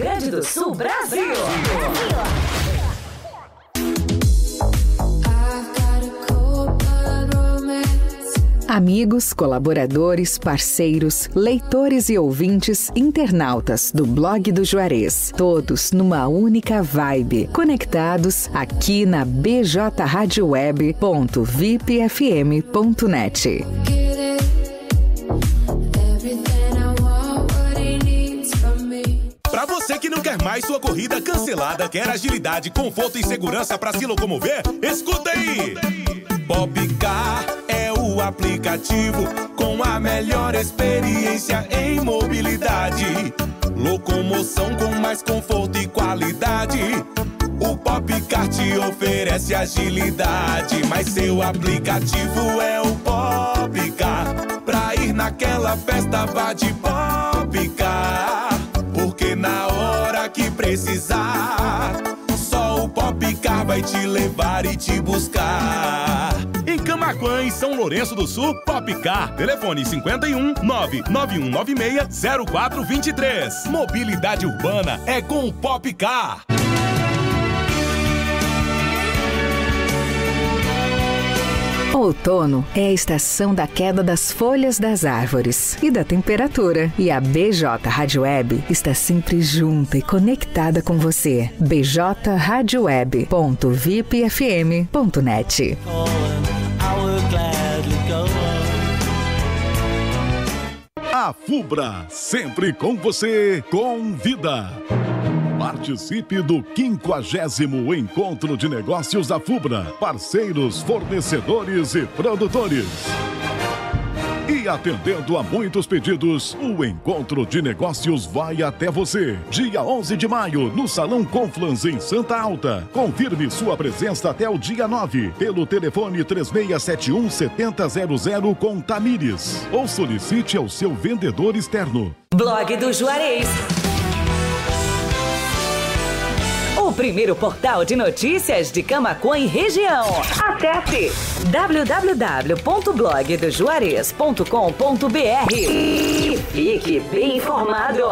Grande do Sul, Brasil. Amigos, colaboradores, parceiros, leitores e ouvintes, internautas do Blog do Juarez, todos numa única vibe, conectados aqui na bjradioweb.vipfm.net. Pra você que não quer mais sua corrida cancelada, quer agilidade, conforto e segurança pra se locomover, escuta aí! Popcar é o aplicativo com a melhor experiência em mobilidade. Locomoção com mais conforto e qualidade. O Popcar te oferece agilidade, mas seu aplicativo é o Popcar. Pra ir naquela festa vá de Popcar, porque na hora que precisar, só o Popcar vai te levar e te buscar. Em Camaquã, em São Lourenço do Sul, Popcar. Telefone 51 99196 0423. Mobilidade urbana é com o Popcar. Outono é a estação da queda das folhas das árvores e da temperatura. E a BJ Rádio Web está sempre junta e conectada com você. bjradioweb.vipfm.net. A FUBRA, sempre com você, convida. Participe do 50º Encontro de Negócios da FUBRA. Parceiros, fornecedores e produtores. E atendendo a muitos pedidos, o Encontro de Negócios vai até você. Dia 11 de maio, no Salão Conflans, em Santa Alta. Confirme sua presença até o dia 9, pelo telefone 3671-7000 com Tamires. Ou solicite ao seu vendedor externo. Blog do Juarez. O primeiro portal de notícias de Camaquã e região. Acesse www.blogdojuarez.com.br e fique bem informado.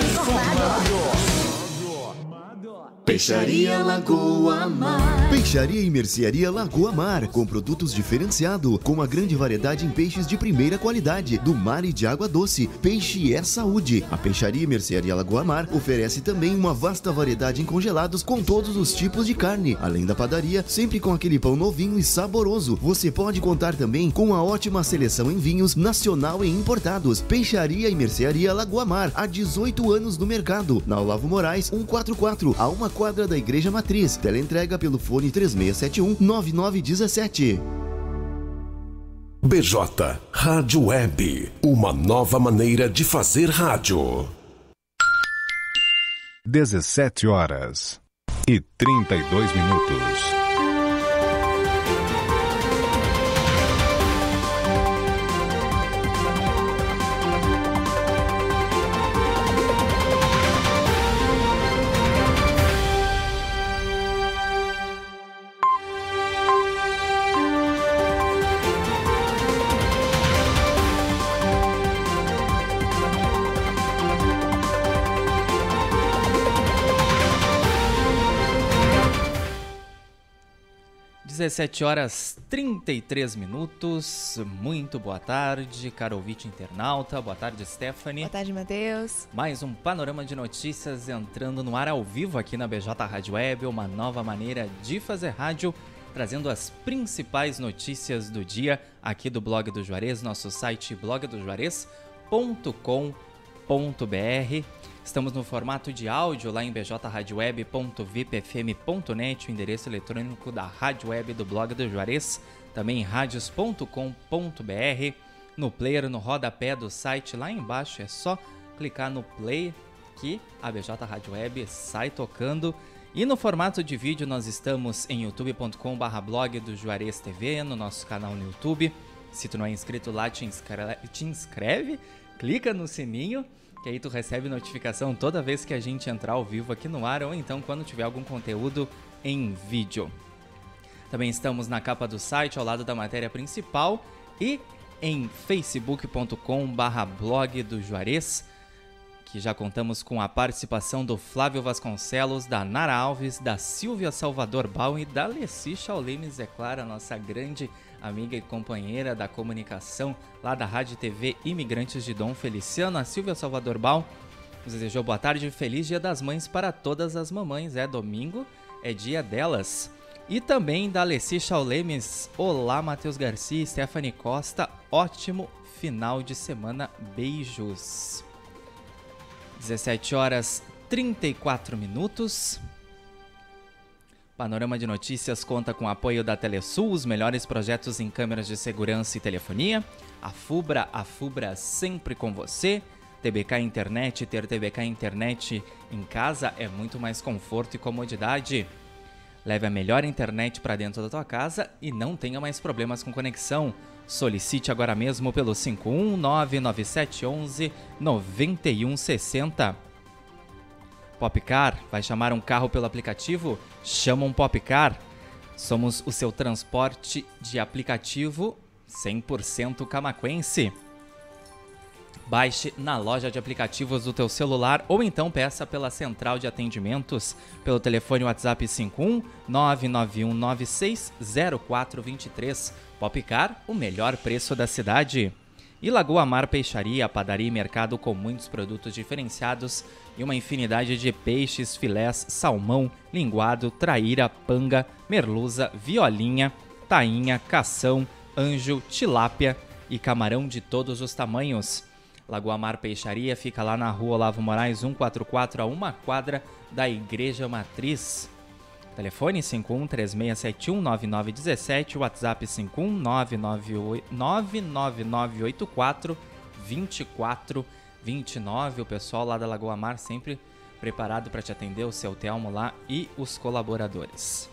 Peixaria Lagoa Mar. Peixaria e Mercearia Lagoa Mar, com produtos diferenciados, com uma grande variedade em peixes de primeira qualidade, do mar e de água doce. Peixe é saúde. A Peixaria e Mercearia Lagoa Mar oferece também uma vasta variedade em congelados com todos os tipos de carne, além da padaria, sempre com aquele pão novinho e saboroso. Você pode contar também com uma ótima seleção em vinhos nacional e importados. Peixaria e Mercearia Lagoa Mar, há 18 anos no mercado, na Olavo Moraes 144, a uma quadra da Igreja Matriz. Teleentrega pelo fone 3671-9917. BJ Rádio Web, uma nova maneira de fazer rádio. 17h32. Dezessete horas 33 minutos. Muito boa tarde, caro ouvinte internauta. Boa tarde, Stephanie. Boa tarde, Matheus. Mais um panorama de notícias entrando no ar ao vivo aqui na BJ Rádio Web, uma nova maneira de fazer rádio, trazendo as principais notícias do dia aqui do Blog do Juarez, nosso site blogdojuarez.com.br. Estamos no formato de áudio lá em bjradioweb.vipfm.net, o endereço eletrônico da Rádio Web do Blog do Juarez, também radios.com.br, no player, no rodapé do site, lá embaixo é só clicar no play que a BJ Rádio Web sai tocando. E no formato de vídeo nós estamos em youtube.com/blog do Juarez TV, no nosso canal no YouTube. Se tu não é inscrito lá, te inscreve, clica no sininho, que aí tu recebe notificação toda vez que a gente entrar ao vivo aqui no ar, ou então quando tiver algum conteúdo em vídeo. Também estamos na capa do site, ao lado da matéria principal, e em facebook.com/blog do Juarez. que já contamos com a participação do Flávio Vasconcelos, da Nara Alves, da Silvia Salvador Bal e da Leci Chaulimes, é claro, a nossa grande amiga e companheira da comunicação lá da Rádio TV Imigrantes de Dom Feliciano. A Silvia Salvador Bal nos desejou boa tarde e feliz Dia das Mães para todas as mamães. Domingo é dia delas. E também da Leci Chaulimes. Olá, Matheus Garcia e Stephanie Costa. Ótimo final de semana. Beijos. 17h34. Panorama de Notícias conta com o apoio da Telesul, os melhores projetos em câmeras de segurança e telefonia. A Fubra sempre com você. TBK Internet, ter TBK Internet em casa é muito mais conforto e comodidade. Leve a melhor internet para dentro da tua casa e não tenha mais problemas com conexão. Solicite agora mesmo pelo 51997119160. Popcar, vai chamar um carro pelo aplicativo? Chama um Popcar. Somos o seu transporte de aplicativo 100% camaquense. Baixe na loja de aplicativos do teu celular ou então peça pela central de atendimentos pelo telefone WhatsApp 51991960423. Popcar, o melhor preço da cidade. E Lagoa Mar Peixaria, padaria e mercado com muitos produtos diferenciados e uma infinidade de peixes, filés, salmão, linguado, traíra, panga, merluza, violinha, tainha, cação, anjo, tilápia e camarão de todos os tamanhos. Lagoa Mar Peixaria fica lá na rua Olavo Moraes 144, a uma quadra da Igreja Matriz. Telefone 5136719917, WhatsApp 51999842429. O pessoal lá da Lagoa Mar sempre preparado para te atender, o seu Telmo lá e os colaboradores.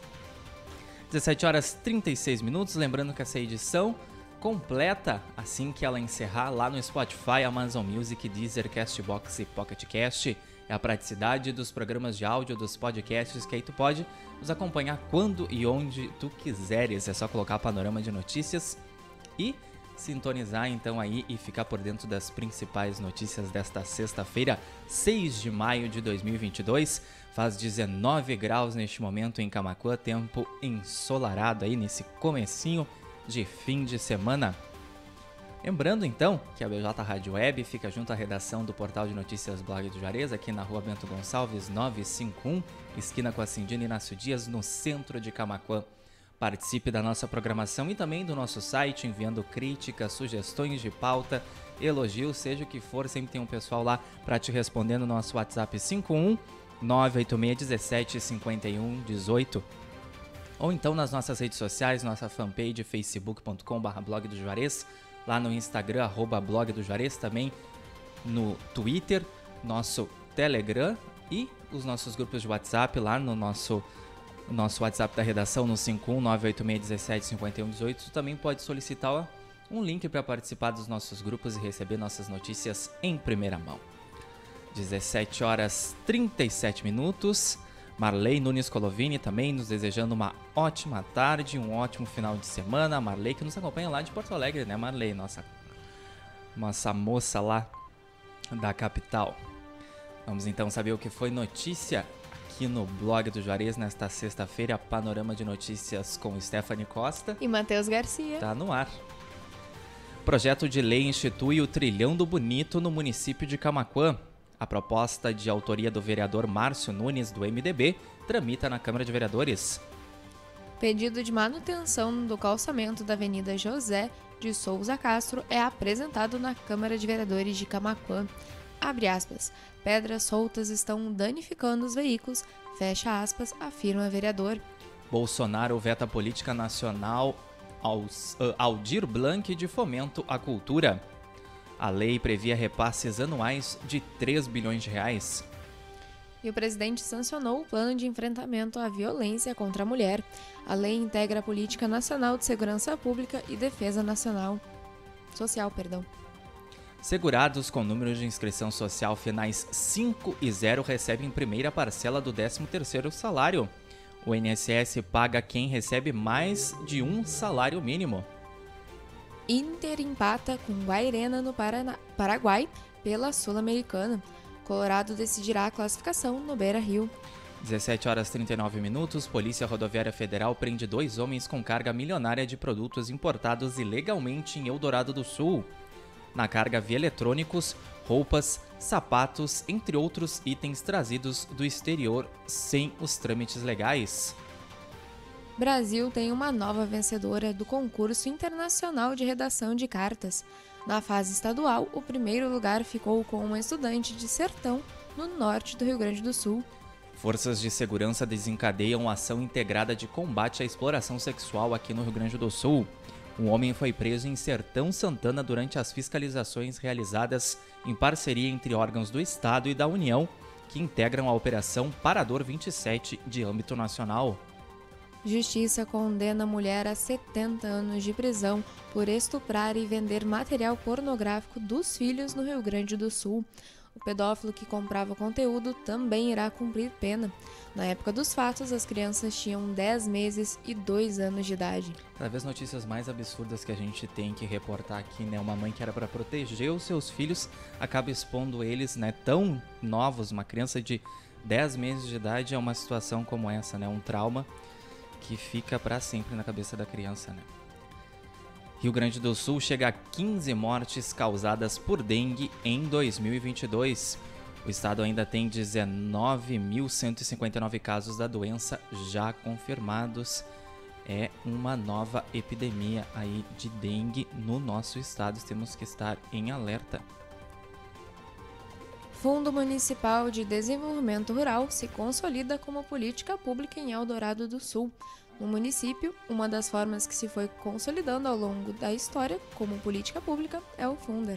17h36, lembrando que essa edição completa assim que ela encerrar lá no Spotify, Amazon Music, Deezer, Castbox e Pocket Cast. É a praticidade dos programas de áudio, dos podcasts, que aí tu pode nos acompanhar quando e onde tu quiseres. É só colocar Panorama de Notícias e sintonizar então aí e ficar por dentro das principais notícias desta sexta-feira, 6 de maio de 2022. Faz 19 graus neste momento em Camaquã, tempo ensolarado aí nesse comecinho de fim de semana. Lembrando então que a BJ Rádio Web fica junto à redação do portal de notícias Blog do Juarez, aqui na rua Bento Gonçalves 951, esquina com a Cindina Inácio Dias, no centro de Camaquã. Participe da nossa programação e também do nosso site, enviando críticas, sugestões de pauta, elogios, seja o que for, sempre tem um pessoal lá para te responder no nosso WhatsApp 51986175118. Ou então nas nossas redes sociais, nossa fanpage facebook.com/blog do Juarez, lá no Instagram, @blog do Juarez, também no Twitter, nosso Telegram e os nossos grupos de WhatsApp lá no nosso WhatsApp da redação no 51986175118. Tu também pode solicitar um link para participar dos nossos grupos e receber nossas notícias em primeira mão. 17h37. Marley Nunes Colovini também nos desejando uma ótima tarde, um ótimo final de semana. Marley que nos acompanha lá de Porto Alegre, né, Marley? Nossa moça lá da capital. Vamos então saber o que foi notícia aqui no Blog do Juarez nesta sexta-feira. Panorama de Notícias com Stephanie Costa e Matheus Garcia. Tá no ar. Projeto de lei institui o Trilhão do Bonito no município de Camaquã. A proposta de autoria do vereador Márcio Nunes, do MDB, tramita na Câmara de Vereadores. Pedido de manutenção do calçamento da Avenida José de Souza Castro é apresentado na Câmara de Vereadores de Camaquã. Abre aspas. Pedras soltas estão danificando os veículos. Fecha aspas, afirma vereador. Bolsonaro veta política nacional Aldir Blanc de fomento à cultura. A lei previa repasses anuais de 3 bilhões de reais. E o presidente sancionou o plano de enfrentamento à violência contra a mulher. A lei integra a Política Nacional de Segurança Pública e Defesa Social. Segurados com números de inscrição social finais 5 e 0 recebem primeira parcela do 13º salário. O INSS paga quem recebe mais de um salário mínimo. Inter empata com Guairena no Paraguai pela Sul-Americana. Colorado decidirá a classificação no Beira-Rio. 17h39, Polícia Rodoviária Federal prende 2 homens com carga milionária de produtos importados ilegalmente em Eldorado do Sul. Na carga havia eletrônicos, roupas, sapatos, entre outros itens trazidos do exterior sem os trâmites legais. Brasil tem uma nova vencedora do concurso internacional de redação de cartas. Na fase estadual, o primeiro lugar ficou com uma estudante de Sertão, no norte do Rio Grande do Sul. Forças de segurança desencadeiam ação integrada de combate à exploração sexual aqui no Rio Grande do Sul. Um homem foi preso em Sertão Santana durante as fiscalizações realizadas em parceria entre órgãos do Estado e da União, que integram a Operação Parador 27 de âmbito nacional. Justiça condena mulher a 70 anos de prisão por estuprar e vender material pornográfico dos filhos no Rio Grande do Sul. O pedófilo que comprava conteúdo também irá cumprir pena. Na época dos fatos, as crianças tinham 10 meses e 2 anos de idade. Cada vez notícias mais absurdas que a gente tem que reportar aqui, né? Uma mãe que era para proteger os seus filhos acaba expondo eles, né, tão novos. Uma criança de 10 meses de idade é uma situação como essa, né? Um trauma que fica para sempre na cabeça da criança, né? Rio Grande do Sul chega a 15 mortes causadas por dengue em 2022. O estado ainda tem 19.159 casos da doença já confirmados. É uma nova epidemia aí de dengue no nosso estado. Temos que estar em alerta. Fundo Municipal de Desenvolvimento Rural se consolida como política pública em Eldorado do Sul. No município, uma das formas que se foi consolidando ao longo da história como política pública é o Funder.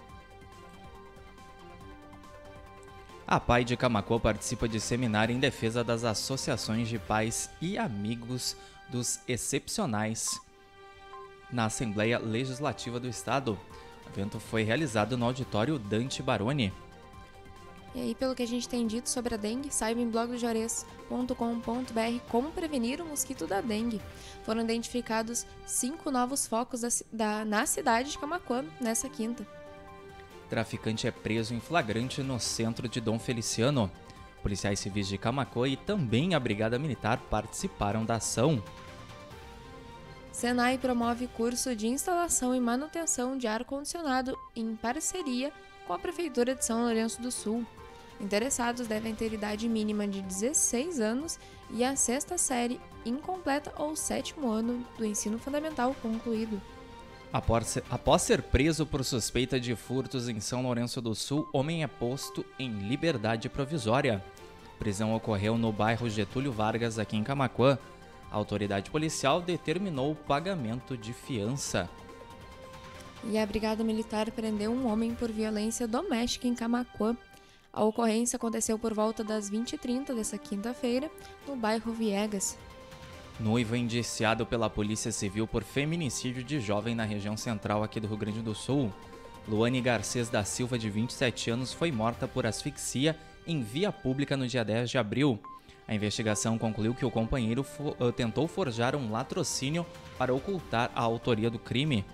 A PAI de Camaquã participa de seminário em defesa das associações de pais e amigos dos excepcionais na Assembleia Legislativa do Estado. O evento foi realizado no auditório Dante Baroni. E aí, pelo que a gente tem dito sobre a dengue, saiba em blogdojuarez.com.br como prevenir o mosquito da dengue. Foram identificados 5 novos focos na cidade de Camaquã nessa quinta. Traficante é preso em flagrante no centro de Dom Feliciano. Policiais civis de Camaquã e também a Brigada Militar participaram da ação. Senai promove curso de instalação e manutenção de ar-condicionado em parceria com a Prefeitura de São Lourenço do Sul. Interessados devem ter idade mínima de 16 anos e a 6ª série incompleta ou 7º ano do ensino fundamental concluído. Após ser preso por suspeita de furtos em São Lourenço do Sul, homem é posto em liberdade provisória. A prisão ocorreu no bairro Getúlio Vargas, aqui em Camaquã. A autoridade policial determinou o pagamento de fiança. E a Brigada Militar prendeu um homem por violência doméstica em Camaquã. A ocorrência aconteceu por volta das 20h30 dessa quinta-feira, no bairro Viegas. Noivo indiciado pela Polícia Civil por feminicídio de jovem na região central aqui do Rio Grande do Sul. Luane Garcês da Silva, de 27 anos, foi morta por asfixia em via pública no dia 10 de abril. A investigação concluiu que o companheiro tentou forjar um latrocínio para ocultar a autoria do crime.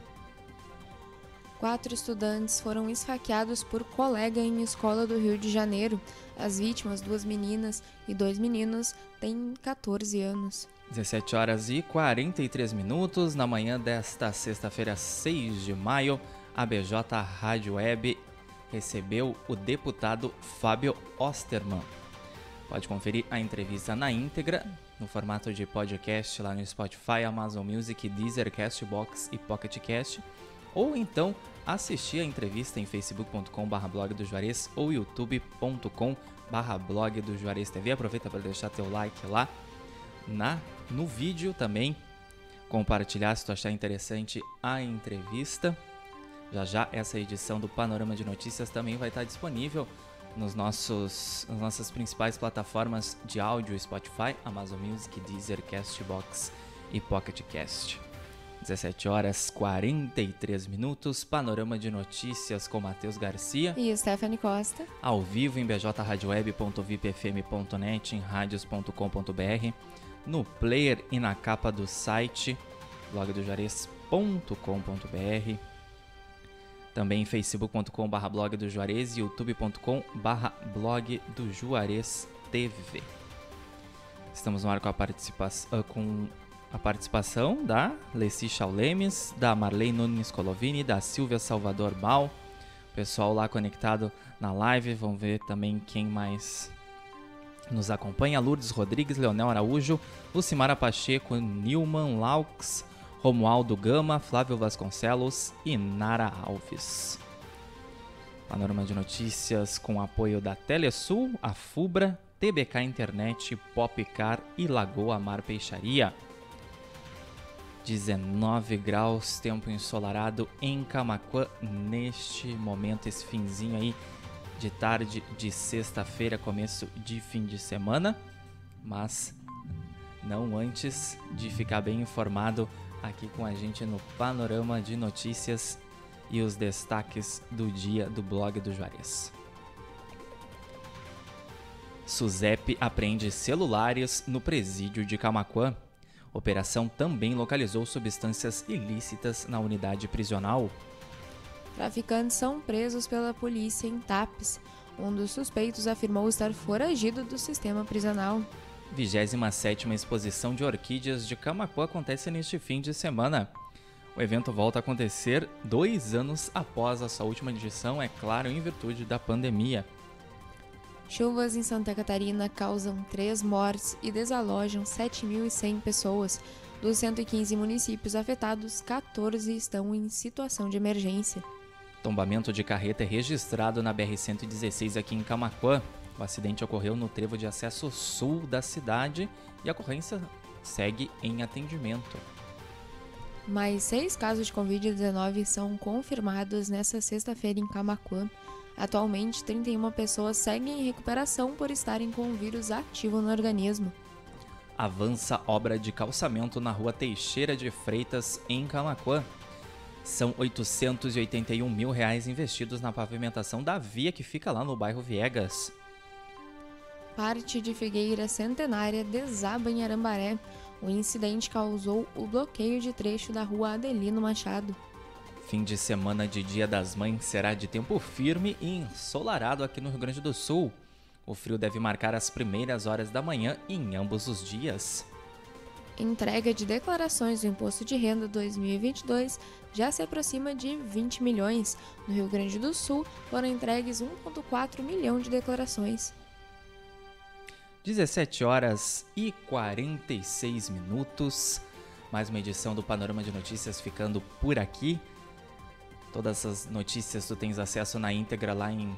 4 estudantes foram esfaqueados por colega em escola do Rio de Janeiro. As vítimas, 2 meninas e 2 meninos, têm 14 anos. 17h43, na manhã desta sexta-feira, 6 de maio, a BJ Rádio Web recebeu o deputado Fábio Osterman. Pode conferir a entrevista na íntegra, no formato de podcast lá no Spotify, Amazon Music, Deezer, Castbox e Pocket Cast, ou então assistir a entrevista em facebook.com/blog do Juarez ou youtube.com/blog do Juarez TV. Aproveita para deixar teu like lá no vídeo também, compartilhar se tu achar interessante a entrevista. Já essa edição do Panorama de Notícias também vai estar disponível nas nossas principais plataformas de áudio, Spotify, Amazon Music, Deezer, Castbox e Pocket Cast. 17h43, Panorama de Notícias com Matheus Garcia e Stephanie Costa, ao vivo em bjradioweb.vipfm.net, em radios.com.br, no player e na capa do site blogdojuarez.com.br, Também facebook.com/blog do Juarez e youtube.com/blog do Juarez TV. Estamos no ar com a participação da Leci Chaulemes, da Marley Nunes Colovini, da Silvia Salvador Bal. O pessoal lá conectado na live, vamos ver também quem mais nos acompanha. Lourdes Rodrigues, Leonel Araújo, Lucimara Pacheco, Nilman Laux, Romualdo Gama, Flávio Vasconcelos e Nara Alves. Panorama de notícias com apoio da Telesul, a Fubra, TBK Internet, Popcar e Lagoa Mar Peixaria. 19 graus, tempo ensolarado em Camaquã neste momento, esse finzinho aí de tarde de sexta-feira, começo de fim de semana, mas não antes de ficar bem informado aqui com a gente no Panorama de Notícias e os destaques do dia do blog do Juarez. SUSEP apreende celulares no presídio de Camaquã. Operação também localizou substâncias ilícitas na unidade prisional. Traficantes são presos pela polícia em Tapes. Um dos suspeitos afirmou estar foragido do sistema prisional. 27ª Exposição de Orquídeas de Camaquã acontece neste fim de semana. O evento volta a acontecer 2 anos após a sua última edição, é claro, em virtude da pandemia. Chuvas em Santa Catarina causam 3 mortes e desalojam 7.100 pessoas. Dos 115 municípios afetados, 14 estão em situação de emergência. Tombamento de carreta é registrado na BR-116 aqui em Camaquã. O acidente ocorreu no trevo de acesso sul da cidade e a ocorrência segue em atendimento. Mais 6 casos de Covid-19 são confirmados nesta sexta-feira em Camaquã. Atualmente, 31 pessoas seguem em recuperação por estarem com o vírus ativo no organismo. Avança obra de calçamento na rua Teixeira de Freitas, em Camaquã. São R$881 mil investidos na pavimentação da via que fica lá no bairro Viegas. Parte de Figueira Centenária desaba em Arambaré. O incidente causou o bloqueio de trecho da rua Adelino Machado. Fim de semana de Dia das Mães será de tempo firme e ensolarado aqui no Rio Grande do Sul. O frio deve marcar as primeiras horas da manhã em ambos os dias. Entrega de declarações do Imposto de Renda 2022 já se aproxima de 20 milhões. No Rio Grande do Sul foram entregues 1,4 milhão de declarações. 17h46. Mais uma edição do Panorama de Notícias ficando por aqui. Todas as notícias tu tens acesso na íntegra lá em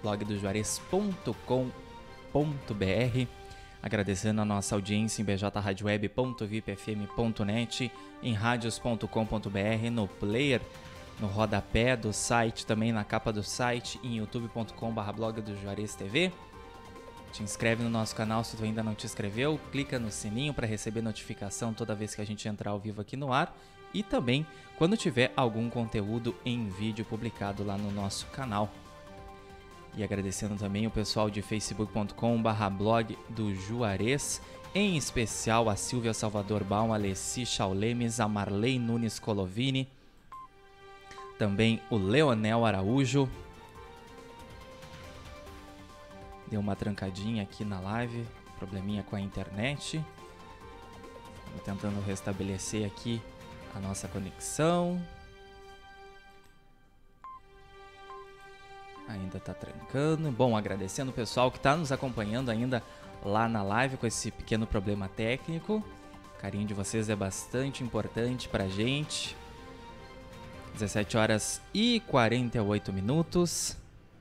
blogdojuarez.com.br. Agradecendo a nossa audiência em bjradioweb.vipfm.net, em radios.com.br, no player, no rodapé do site, também na capa do site, em youtube.com/blog do Juarez TV. Te inscreve no nosso canal se tu ainda não te inscreveu, clica no sininho para receber notificação toda vez que a gente entrar ao vivo aqui no ar e também quando tiver algum conteúdo em vídeo publicado lá no nosso canal. E agradecendo também o pessoal de facebook.com/blog do Juarez, em especial a Silvia Salvador Baum, a Leci Chaulemes, a Marley Nunes Colovini, também o Leonel Araújo. Deu uma trancadinha aqui na live, probleminha com a internet. Estamos tentando restabelecer aqui a nossa conexão. Ainda está trancando. Bom, agradecendo o pessoal que está nos acompanhando ainda lá na live com esse pequeno problema técnico. O carinho de vocês é bastante importante para a gente. 17h48.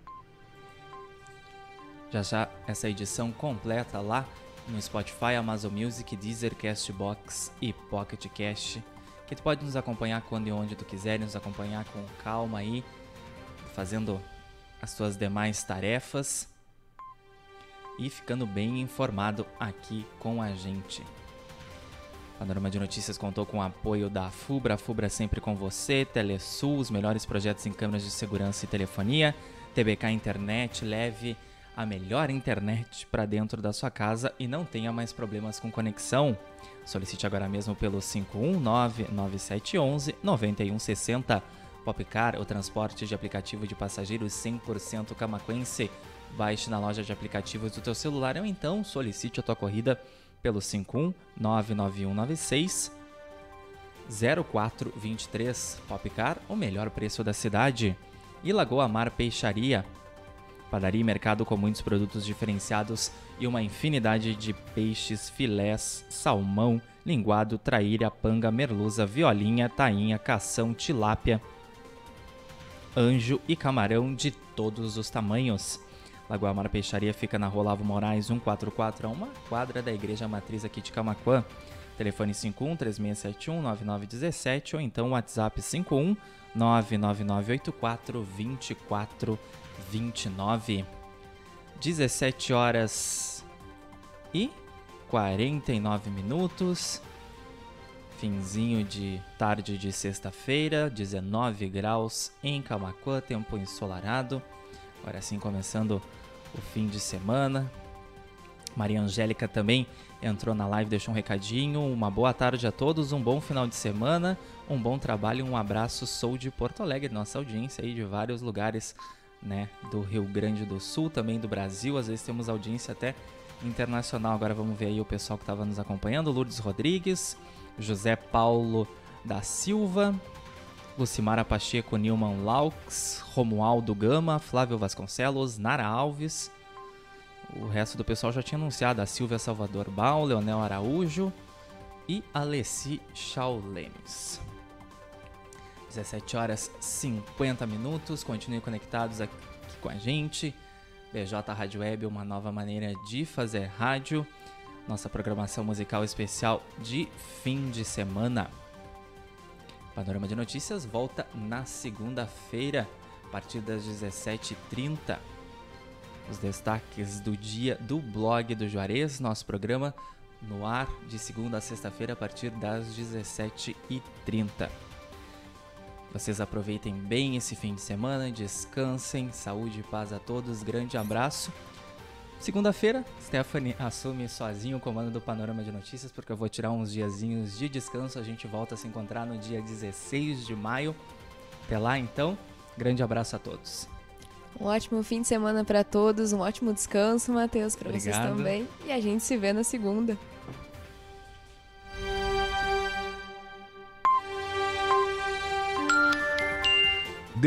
Já essa edição completa lá no Spotify, Amazon Music, Deezer, Castbox e Pocket Cast, que tu pode nos acompanhar quando e onde tu quiser, nos acompanhar com calma aí, fazendo as tuas demais tarefas e ficando bem informado aqui com a gente. O Panorama de Notícias contou com o apoio da Fubra, a Fubra sempre com você, Telesul, os melhores projetos em câmeras de segurança e telefonia, TBK Internet, leve a melhor internet para dentro da sua casa e não tenha mais problemas com conexão. Solicite agora mesmo pelo 519-9711-9160. Popcar, o transporte de aplicativo de passageiros 100% camaquense. Baixe na loja de aplicativos do teu celular ou então solicite a tua corrida pelo 51 99196 0423. Popcar, o melhor preço da cidade. E Lagoa Mar Peixaria, padaria e mercado com muitos produtos diferenciados e uma infinidade de peixes, filés, salmão, linguado, traíra, panga, merluza, violinha, tainha, cação, tilápia, anjo e camarão de todos os tamanhos. Lagoa Mar Peixaria fica na Rua Olavo Moraes 144, a uma quadra da Igreja Matriz aqui de Camaquã. Telefone 51-3671-9917 ou então WhatsApp 51-99984-2429. 17 horas e 49 minutos. Finzinho de tarde de sexta-feira, 19 graus em Camaquã, tempo ensolarado. Agora sim, começando o fim de semana. Maria Angélica também entrou na live, deixou um recadinho. Uma boa tarde a todos, um bom final de semana, um bom trabalho, um abraço. Sou de Porto Alegre, nossa audiência aí de vários lugares, né, do Rio Grande do Sul, também do Brasil. Às vezes temos audiência até internacional. Agora vamos ver aí o pessoal que estava nos acompanhando. Lourdes Rodrigues, José Paulo da Silva, Lucimara Pacheco, Nilman Laux, Romualdo Gama, Flávio Vasconcelos, Nara Alves. O resto do pessoal já tinha anunciado: a Silvia Salvador Bal, Leonel Araújo e Alessi Chaulemes. 17 horas 50 minutos. Continuem conectados aqui com a gente. BJ Rádio Web, uma nova maneira de fazer rádio. Nossa programação musical especial de fim de semana. Panorama de Notícias volta na segunda-feira, a partir das 17h30. Os destaques do dia do blog do Juarez, nosso programa no ar de segunda a sexta-feira, a partir das 17h30. Vocês aproveitem bem esse fim de semana, descansem, saúde e paz a todos, grande abraço. Segunda-feira, Stephanie assume sozinho o comando do Panorama de Notícias, porque eu vou tirar uns diazinhos de descanso. A gente volta a se encontrar no dia 16 de maio. Até lá, então, grande abraço a todos. Um ótimo fim de semana para todos, um ótimo descanso, Matheus, para vocês também. E a gente se vê na segunda. Às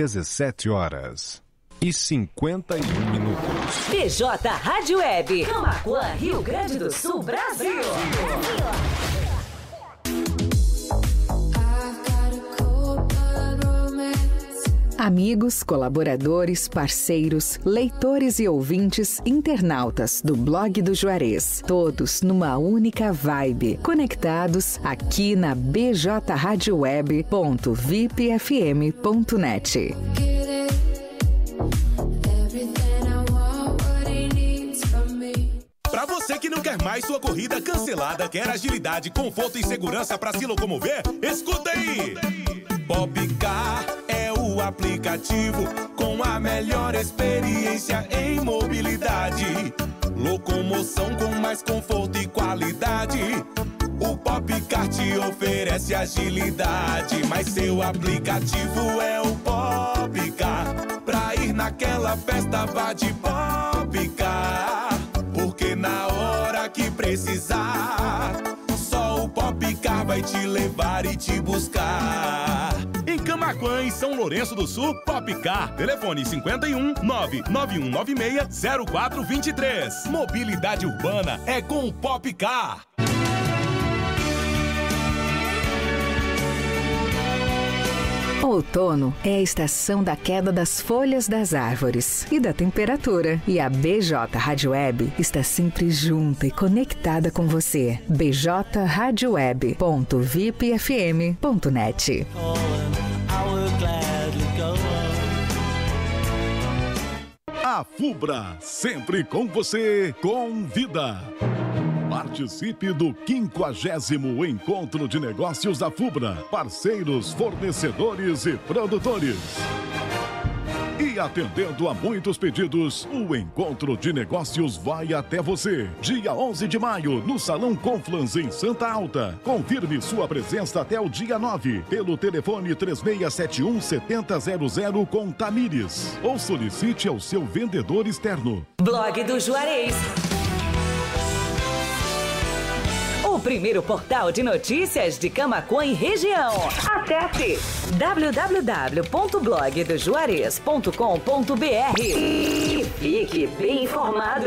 17h51. BJ Rádio Web, Camaquã, Rio Grande do Sul, Brasil. Amigos, colaboradores, parceiros, leitores e ouvintes, internautas do blog do Juarez, todos numa única vibe, conectados aqui na bjradioweb.vipfm.net. Pra você que não quer mais sua corrida cancelada, quer agilidade, conforto e segurança pra se locomover, escuta aí! Popcar é o aplicativo com a melhor experiência em mobilidade. Locomoção com mais conforto e qualidade. O Popcar te oferece agilidade, mas seu aplicativo é o Popcar. Pra ir naquela festa vá de Popcar, porque na hora que precisar, só o Popcar vai te levar e te buscar. Em Camaquã e São Lourenço do Sul, Popcar. Telefone 51 99196 0423. Mobilidade urbana é com o Popcar. Outono é a estação da queda das folhas das árvores e da temperatura. E a BJ Rádio Web está sempre junta e conectada com você. bjradioweb.vipfm.net. A FUBRA, sempre com você, convida. Participe do 50º Encontro de Negócios da FUBRA. Parceiros, fornecedores e produtores. E atendendo a muitos pedidos, o Encontro de Negócios vai até você. Dia 11 de maio, no Salão Conflans, em Santa Alta. Confirme sua presença até o dia 9, pelo telefone 3671-7000 com Tamires. Ou solicite ao seu vendedor externo. Blog do Juarez. O primeiro portal de notícias de Camaquã e região. Acesse www.blogdojuarez.com.br e fique bem informado.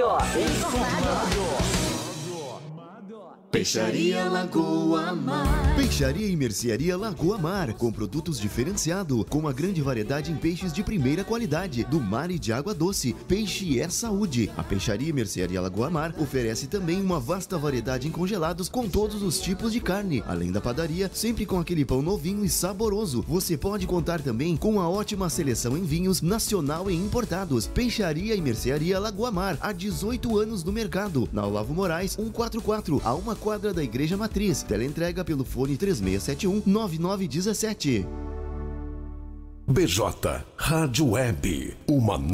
Peixaria Lagoa Mar. Peixaria e Mercearia Lagoa Mar, com produtos diferenciados, com uma grande variedade em peixes de primeira qualidade, do mar e de água doce. Peixe é saúde. A Peixaria e Mercearia Lagoa Mar oferece também uma vasta variedade em congelados com todos os tipos de carne. Além da padaria, sempre com aquele pão novinho e saboroso. Você pode contar também com uma ótima seleção em vinhos nacional e importados. Peixaria e Mercearia Lagoa Mar, há 18 anos no mercado. Na Olavo Moraes, 144, a uma quadra da Igreja Matriz. Teleentrega pelo fone 3671-9917. BJ Rádio Web, uma